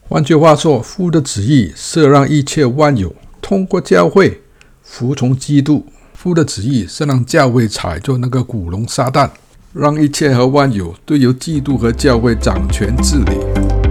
换句话说，父的旨意是让一切万有通过教会服从基督。父的旨意是让教会踩住那个古龙撒旦，让一切和万有都由基督和教会掌权治理。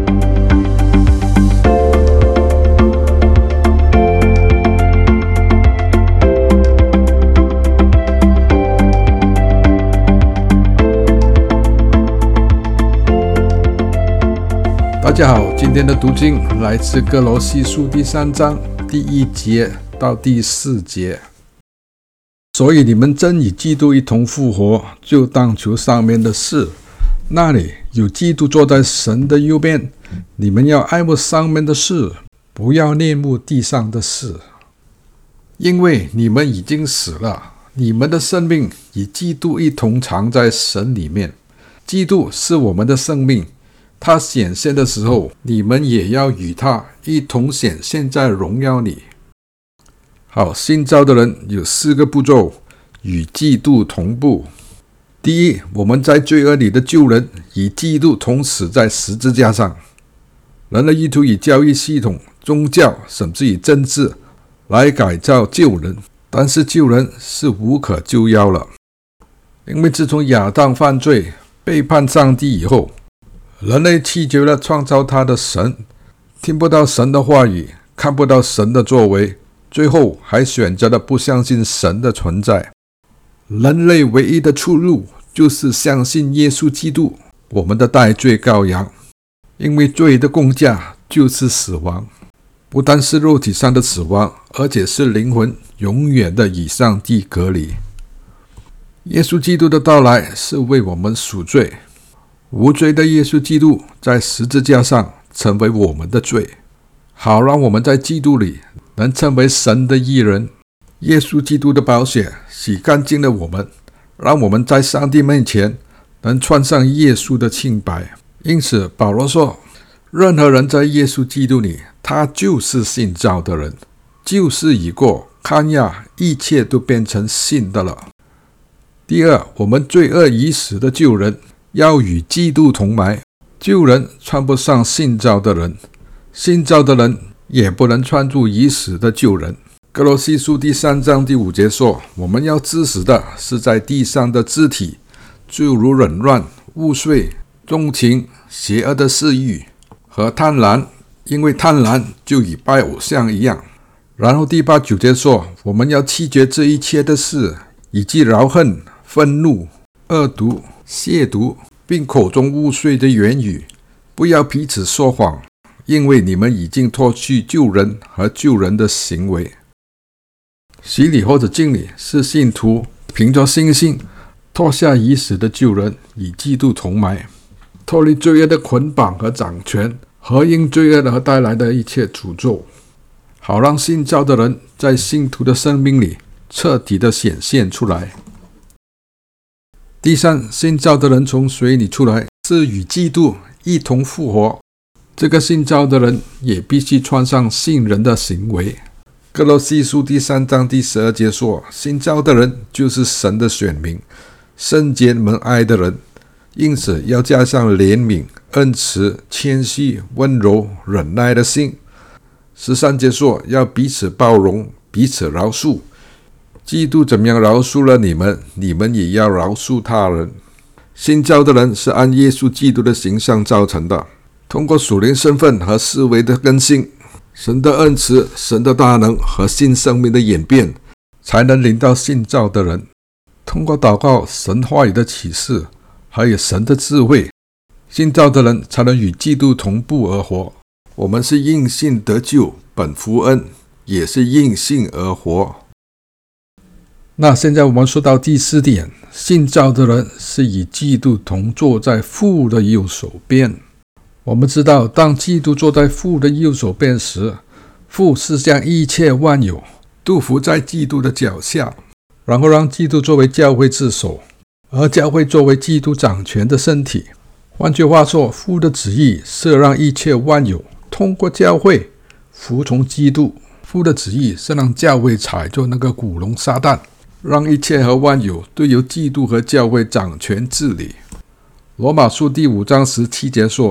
大家好，今天的读经来自歌罗西书第3章第1节到第4节。所以你们真与基督一同复活，就当求上面的事，那里有基督坐在神的右边。你们要爱慕上面的事，不要恋慕地上的事。因为你们已经死了，你们的生命与基督一同藏在神里面。基督是我们的生命，他显现的时候，你们也要与他一同显现在荣耀里。好，信召的人有4个步骤，与基督同步。第一，我们在罪恶里的旧人与基督同死在十字架上。人的意图以教育系统、宗教甚至以政治来改造旧人，但是旧人是无可救药了，因为自从亚当犯罪背叛上帝以后，人类弃绝了创造他的神，听不到神的话语，看不到神的作为，最后还选择了不相信神的存在。人类唯一的出路就是相信耶稣基督，我们的代罪羔羊。因为罪的工价就是死亡，不单是肉体上的死亡，而且是灵魂永远的与上帝隔离。耶稣基督的到来是为我们赎罪，无罪的耶稣基督在十字架上成为我们的罪，好让我们在基督里能成为神的义人。耶稣基督的宝血洗干净了我们，让我们在上帝面前能穿上耶稣的清白。因此保罗说，任何人在耶稣基督里，他就是新造的人，旧事已过，看呀，一切都变成新的了。第二，我们罪恶已死的旧人要与基督同埋。旧人穿不上新造的人，新造的人也不能穿住已死的旧人。歌罗西书第3章第5节说，我们要治死的是在地上的肢体，就如紊乱、污秽、纵情、邪恶的私欲和贪婪，因为贪婪就与拜偶像一样。然后第8、9节说，我们要弃绝这一切的事，以及饶恨、愤怒、恶毒、亵渎，并口中污秽的言语，不要彼此说谎，因为你们已经脱去旧人和旧人的行为。洗礼或者浸礼是信徒凭着信心脱下已死的旧人，与基督同埋，脱离罪恶的捆绑和掌权，和因罪恶而带来的一切诅咒，好让信召的人在信徒的生命里彻底的显现出来。第三，信召的人从水里出来，是与基督一同复活。这个信召的人也必须穿上信人的行为。歌罗西书第3章第12节说，信召的人就是神的选民，圣洁蒙爱的人，因此要加上怜悯、恩慈、谦虚、温柔、忍耐的心。13节说，要彼此包容，彼此饶恕。基督怎么样饶恕了你们，你们也要饶恕他人。信召的人是按耶稣基督的形象造成的，通过属灵身份和思维的更新，神的恩慈、神的大能和新生命的演变，才能领到信召的人。通过祷告、神话语的启示，还有神的智慧，信召的人才能与基督同步而活。我们是因信得救，本乎恩，也是因信而活。那现在我们说到第4点，信召的人是与基督同坐在父的右手边。我们知道，当基督坐在父的右手边时，父是将一切万有都伏在基督的脚下，然后让基督作为教会之首，而教会作为基督掌权的身体。换句话说，父的旨意是让一切万有通过教会服从基督。父的旨意是让教会踩住那个古龙撒旦，让一切和万有都由基督和教会掌权治理。罗马书第5章17节说，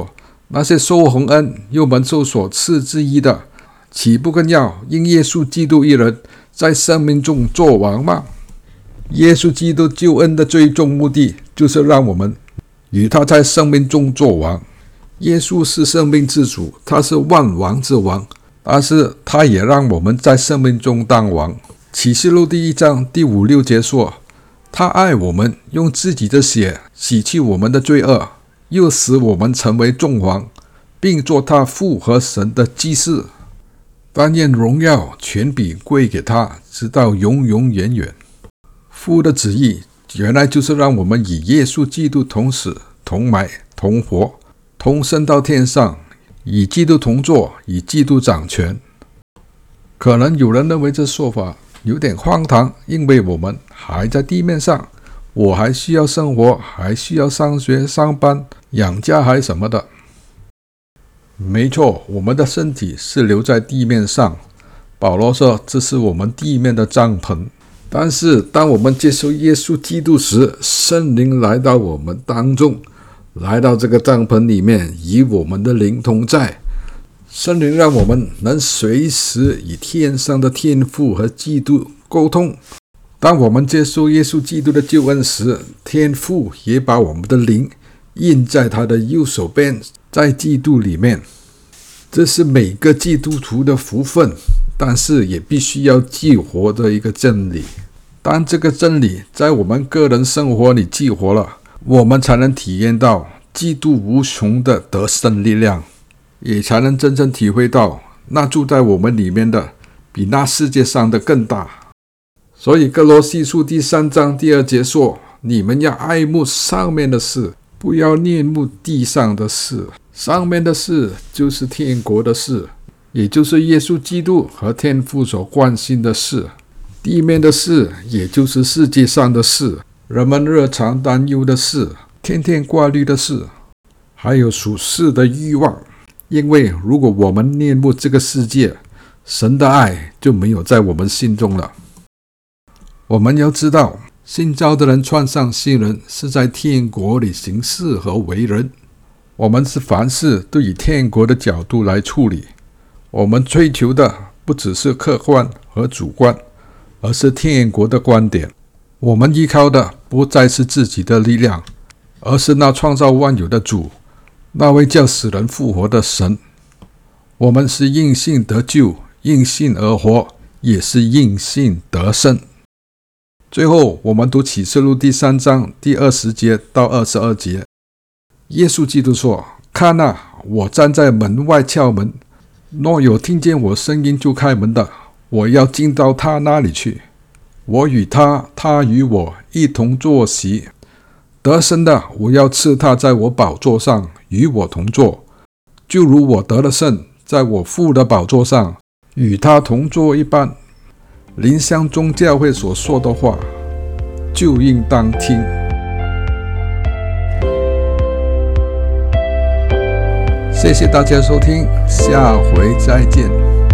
那些受洪恩又蒙受所赐之义的，岂不更要因耶稣基督一人在生命中作王吗？耶稣基督救恩的最终目的，就是让我们与他在生命中作王。耶稣是生命之主，他是万王之王，但是他也让我们在生命中当王。启示录第1章第5、6节说，他爱我们，用自己的血洗去我们的罪恶，又使我们成为众王，并做他父和神的祭司。但愿荣耀权柄归给他，直到永永远远。父的旨意原来就是让我们与耶稣基督同死、同埋、同活，同升到天上，与基督同坐，与基督掌权。可能有人认为这说法有点荒唐，因为我们还在地面上，我还需要生活，还需要上学、上班、养家还什么的。没错，我们的身体是留在地面上。保罗说，这是我们地面的帐篷。但是当我们接受耶稣基督时，圣灵来到我们当中，来到这个帐篷里面，与我们的灵同在。圣灵让我们能随时与天上的天父和基督沟通。当我们接受耶稣基督的救恩时，天父也把我们的灵印在他的右手边，在基督里面。这是每个基督徒的福分，但是也必须要激活的一个真理。当这个真理在我们个人生活里激活了，我们才能体验到基督无穷的得胜力量，也才能真正体会到那住在我们里面的比那世界上的更大。所以哥罗西书第3章第2节说，你们要爱慕上面的事，不要念慕地上的事。上面的事就是天国的事，也就是耶稣基督和天父所关心的事。地面的事也就是世界上的事，人们日常担忧的事，天天挂虑的事，还有属世的欲望。因为如果我们念慕这个世界，神的爱就没有在我们心中了。我们要知道，新造的人穿上新人，是在天国里行事和为人。我们是凡事都以天国的角度来处理。我们追求的不只是客观和主观，而是天国的观点。我们依靠的不再是自己的力量，而是那创造万有的主，那位叫死人复活的神。我们是因信得救，因信而活，也是因信得生。最后，我们读启示录第3章第20节到22节。耶稣基督说，看啊，我站在门外敲门，若有听见我声音就开门的，我要进到他那里去，我与他，他与我一同坐席。得生的，我要赐他在我宝座上与我同坐，就如我得了胜，在我父的宝座上与他同坐一般。林乡宗教会所说的话，就应当听。谢谢大家收听，下回再见。